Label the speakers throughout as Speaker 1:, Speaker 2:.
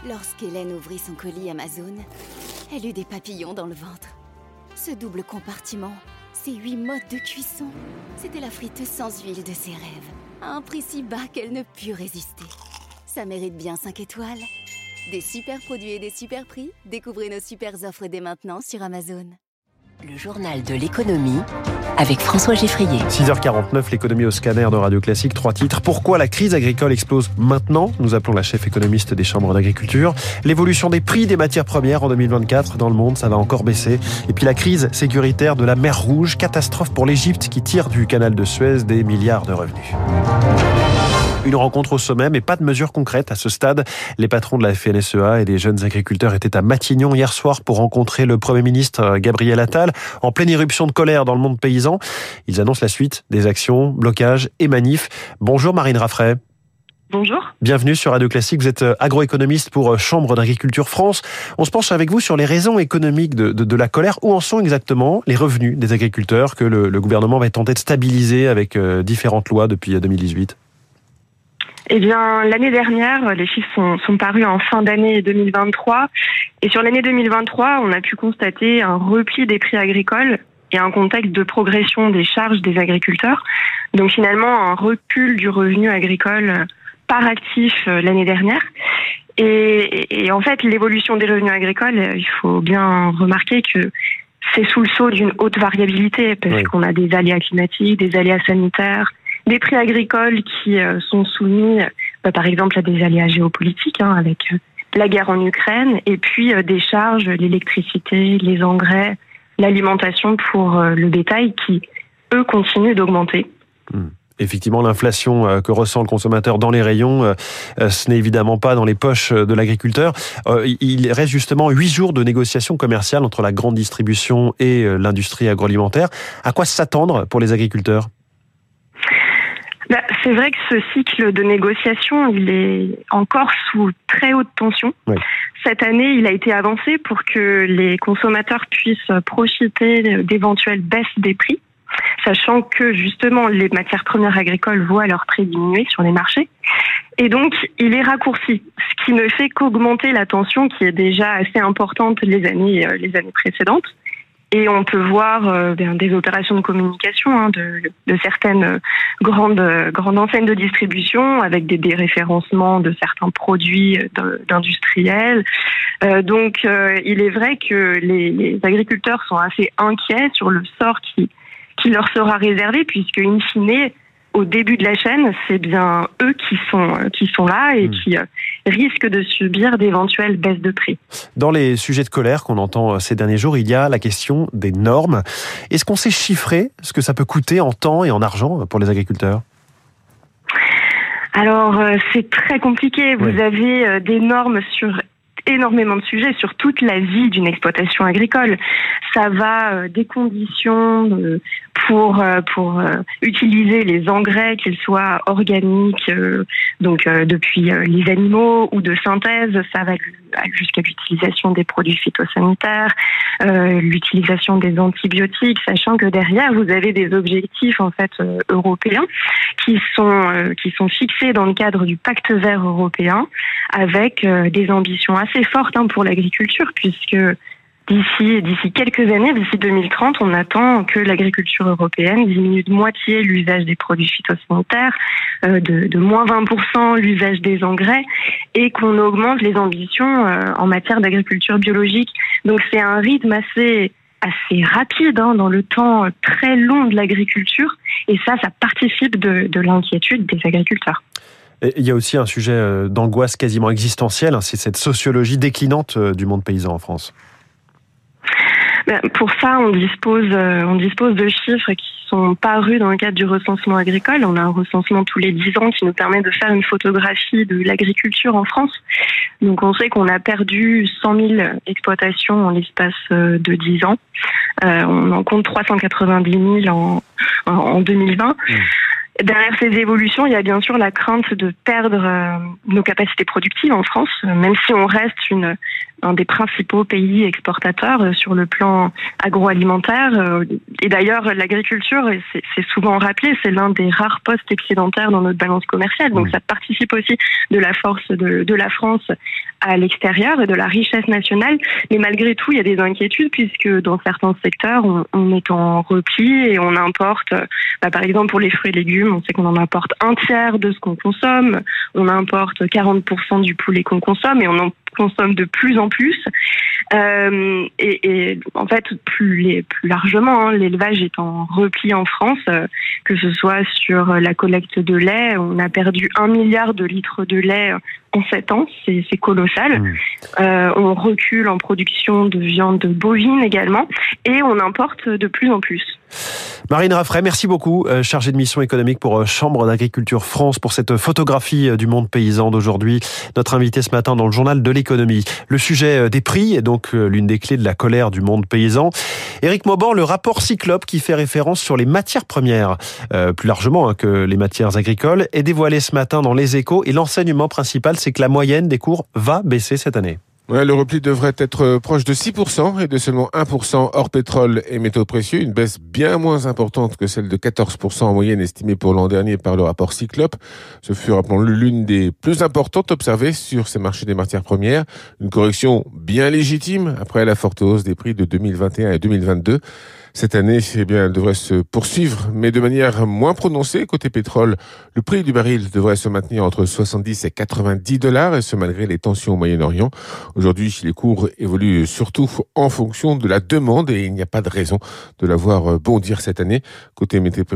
Speaker 1: Lorsqu'Hélène ouvrit son colis Amazon, elle eut des papillons dans le ventre. Ce double compartiment, ces 8 modes de cuisson, c'était la friteuse sans huile de ses rêves, à un prix si bas qu'elle ne put résister. Ça mérite bien 5 étoiles. Des super produits et des super prix, découvrez nos super offres dès maintenant sur Amazon.
Speaker 2: Le journal de l'économie avec François Geffrier.
Speaker 3: 6h49, l'économie au scanner de Radio Classique. 3 titres. Pourquoi la crise agricole explose maintenant ? Nous appelons la chef économiste des chambres d'agriculture. L'évolution des prix des matières premières en 2024 dans le monde, ça va encore baisser. Et puis la crise sécuritaire de la mer Rouge. Catastrophe pour l'Égypte qui tire du canal de Suez des milliards de revenus. Une rencontre au sommet, mais pas de mesures concrètes à ce stade. Les patrons de la FNSEA et des jeunes agriculteurs étaient à Matignon hier soir pour rencontrer le Premier ministre Gabriel Attal, en pleine éruption de colère dans le monde paysan. Ils annoncent la suite des actions, blocages et manifs. Bonjour Marine Raffray.
Speaker 4: Bonjour.
Speaker 3: Bienvenue sur Radio Classique. Vous êtes agroéconomiste pour Chambre d'agriculture France. On se penche avec vous sur les raisons économiques de la colère. Où en sont exactement les revenus des agriculteurs que le gouvernement va tenter de stabiliser avec différentes lois depuis 2018 ?
Speaker 4: Eh bien, l'année dernière, les chiffres sont parus en fin d'année 2023. Et sur l'année 2023, on a pu constater un repli des prix agricoles et un contexte de progression des charges des agriculteurs. Donc finalement, un recul du revenu agricole par actif l'année dernière. Et en fait, l'évolution des revenus agricoles, il faut bien remarquer que c'est sous le sceau d'une haute variabilité, parce qu'on a des aléas climatiques, des aléas sanitaires, des prix agricoles qui sont soumis, par exemple, à des aléas géopolitiques, avec la guerre en Ukraine, et puis des charges, l'électricité, les engrais, l'alimentation pour le bétail qui, eux, continuent d'augmenter.
Speaker 3: Effectivement, l'inflation que ressent le consommateur dans les rayons, ce n'est évidemment pas dans les poches de l'agriculteur. Il reste justement 8 jours de négociations commerciales entre la grande distribution et l'industrie agroalimentaire. À quoi s'attendre pour les agriculteurs ?
Speaker 4: C'est vrai que ce cycle de négociation, il est encore sous très haute tension. Oui. Cette année, il a été avancé pour que les consommateurs puissent profiter d'éventuelles baisses des prix, sachant que justement les matières premières agricoles voient leur prix diminuer sur les marchés. Et donc, il est raccourci, ce qui ne fait qu'augmenter la tension qui est déjà assez importante les années précédentes. Et on peut voir des opérations de communication de certaines grandes enseignes de distribution avec des déréférencements de certains produits d'industriels. Donc, il est vrai que les agriculteurs sont assez inquiets sur le sort qui leur sera réservé, puisque in fine, au début de la chaîne, c'est bien eux qui sont là et qui risquent de subir d'éventuelles baisses de prix.
Speaker 3: Dans les sujets de colère qu'on entend ces derniers jours, il y a la question des normes. Est-ce qu'on sait chiffrer ce que ça peut coûter en temps et en argent pour les agriculteurs ?
Speaker 4: Alors, c'est très compliqué. Vous avez des normes sur énormément de sujets, sur toute la vie d'une exploitation agricole. Ça va des conditions pour utiliser les engrais, qu'ils soient organiques, depuis les animaux ou de synthèse. Ça va jusqu'à l'utilisation des produits phytosanitaires, l'utilisation des antibiotiques, sachant que derrière vous avez des objectifs en fait européens qui sont fixés dans le cadre du Pacte vert européen, avec des ambitions assez fortes pour l'agriculture, puisque d'ici quelques années, d'ici 2030, on attend que l'agriculture européenne diminue de moitié l'usage des produits phytosanitaires, de moins 20% l'usage des engrais, et qu'on augmente les ambitions en matière d'agriculture biologique. Donc c'est un rythme assez rapide dans le temps très long de l'agriculture, et ça participe de l'inquiétude des agriculteurs.
Speaker 3: Il y a aussi un sujet d'angoisse quasiment existentielle, c'est cette sociologie déclinante du monde paysan en France.
Speaker 4: Pour ça, on dispose de chiffres qui sont parus dans le cadre du recensement agricole. On a un recensement tous les 10 ans qui nous permet de faire une photographie de l'agriculture en France. Donc on sait qu'on a perdu 100 000 exploitations en l'espace de 10 ans. On en compte 390 000 en 2020. Derrière ces évolutions, il y a bien sûr la crainte de perdre nos capacités productives en France, même si on reste un des principaux pays exportateurs sur le plan agroalimentaire. Et d'ailleurs, l'agriculture, c'est souvent rappelé, c'est l'un des rares postes excédentaires dans notre balance commerciale. Donc ça participe aussi de la force de la France à l'extérieur et de la richesse nationale. Mais malgré tout, il y a des inquiétudes puisque dans certains secteurs, on est en repli et on importe, par exemple pour les fruits et légumes, on sait qu'on en importe un tiers de ce qu'on consomme. On importe 40% du poulet qu'on consomme et on en consomme de plus en plus. Et en fait, plus largement, l'élevage est en repli en France, que ce soit sur la collecte de lait. On a perdu 1 milliard de litres de lait en 7 ans, c'est colossal. On recule en production de viande bovine également, et on importe de plus en plus.
Speaker 3: Marine Raffray, merci beaucoup, chargée de mission économique pour Chambre d'Agriculture France, pour cette photographie du monde paysan d'aujourd'hui. Notre invité ce matin dans le journal de l'économie. Le sujet des prix est donc l'une des clés de la colère du monde paysan. Éric Mauban, le rapport Cyclope qui fait référence sur les matières premières, plus largement que les matières agricoles, est dévoilé ce matin dans Les Échos, et l'enseignement principal, c'est que la moyenne des cours va baisser cette année.
Speaker 5: Ouais, le repli devrait être proche de 6% et de seulement 1% hors pétrole et métaux précieux, une baisse bien moins importante que celle de 14% en moyenne estimée pour l'an dernier par le rapport Cyclope. Ce fut, rappelons-le, l'une des plus importantes observées sur ces marchés des matières premières. Une correction bien légitime après la forte hausse des prix de 2021 et 2022. Cette année, elle devrait se poursuivre, mais de manière moins prononcée. Côté pétrole, le prix du baril devrait se maintenir entre 70 et 90 $, et ce malgré les tensions au Moyen-Orient. Aujourd'hui, les cours évoluent surtout en fonction de la demande, et il n'y a pas de raison de la voir bondir cette année. Côté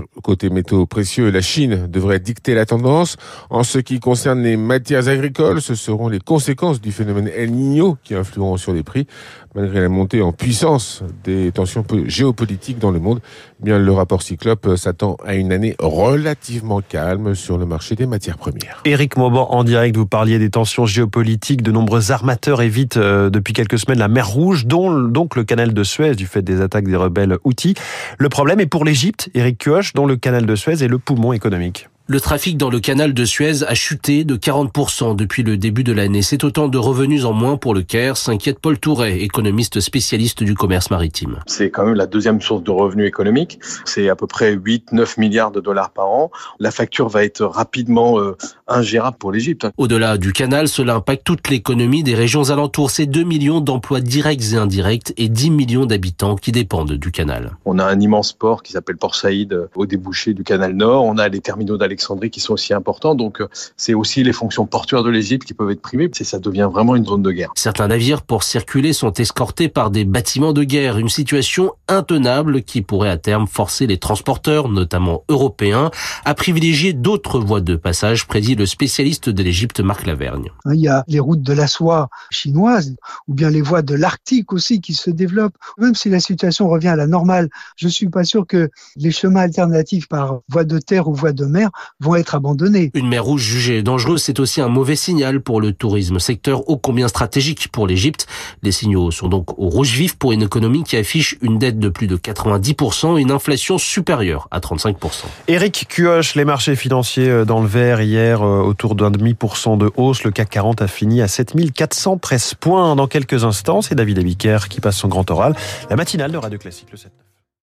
Speaker 5: métaux précieux, la Chine devrait dicter la tendance. En ce qui concerne les matières agricoles, ce seront les conséquences du phénomène El Niño qui influeront sur les prix. Malgré la montée en puissance des tensions géopolitiques dans le monde, le rapport Cyclope s'attend à une année relativement calme sur le marché des matières premières.
Speaker 3: Éric Mauban, en direct, vous parliez des tensions géopolitiques. De nombreux armateurs évitent depuis quelques semaines la mer Rouge, dont donc le canal de Suez, du fait des attaques des rebelles Houthis. Le problème est pour l'Égypte, Éric Kioch, dont le canal de Suez est le poumon économique.
Speaker 6: Le trafic dans le canal de Suez a chuté de 40% depuis le début de l'année. C'est autant de revenus en moins pour le Caire, s'inquiète Paul Touret, économiste spécialiste du commerce maritime.
Speaker 7: C'est quand même la deuxième source de revenus économiques. C'est à peu près 8-9 milliards de dollars par an. La facture va être rapidement ingérable pour l'Égypte.
Speaker 6: Au-delà du canal, cela impacte toute l'économie des régions alentours. C'est 2 millions d'emplois directs et indirects et 10 millions d'habitants qui dépendent du canal.
Speaker 7: On a un immense port qui s'appelle Port Saïd au débouché du canal Nord. On a les terminaux d'Alexandrie qui sont aussi importants. Donc, c'est aussi les fonctions portuaires de l'Égypte qui peuvent être primées. Ça devient vraiment une zone de guerre.
Speaker 6: Certains navires, pour circuler, sont escortés par des bâtiments de guerre. Une situation intenable qui pourrait à terme forcer les transporteurs, notamment européens, à privilégier d'autres voies de passage, prédit le spécialiste de l'Égypte, Marc Lavergne.
Speaker 8: Il y a les routes de la soie chinoises, ou bien les voies de l'Arctique aussi qui se développent. Même si la situation revient à la normale, je suis pas sûr que les chemins alternatifs par voie de terre ou voie de mer vont être abandonnés.
Speaker 6: Une mer Rouge jugée dangereuse, c'est aussi un mauvais signal pour le tourisme, secteur ô combien stratégique pour l'Égypte. Les signaux sont donc au rouge vif pour une économie qui affiche une dette de plus de 90% et une inflation supérieure à 35%.
Speaker 3: Éric Kioch, les marchés financiers dans le vert hier, autour d'0,5% de hausse. Le CAC 40 a fini à 7413 points. Dans quelques instants, c'est David Abiker qui passe son grand oral. La matinale de Radio Classique, le 7.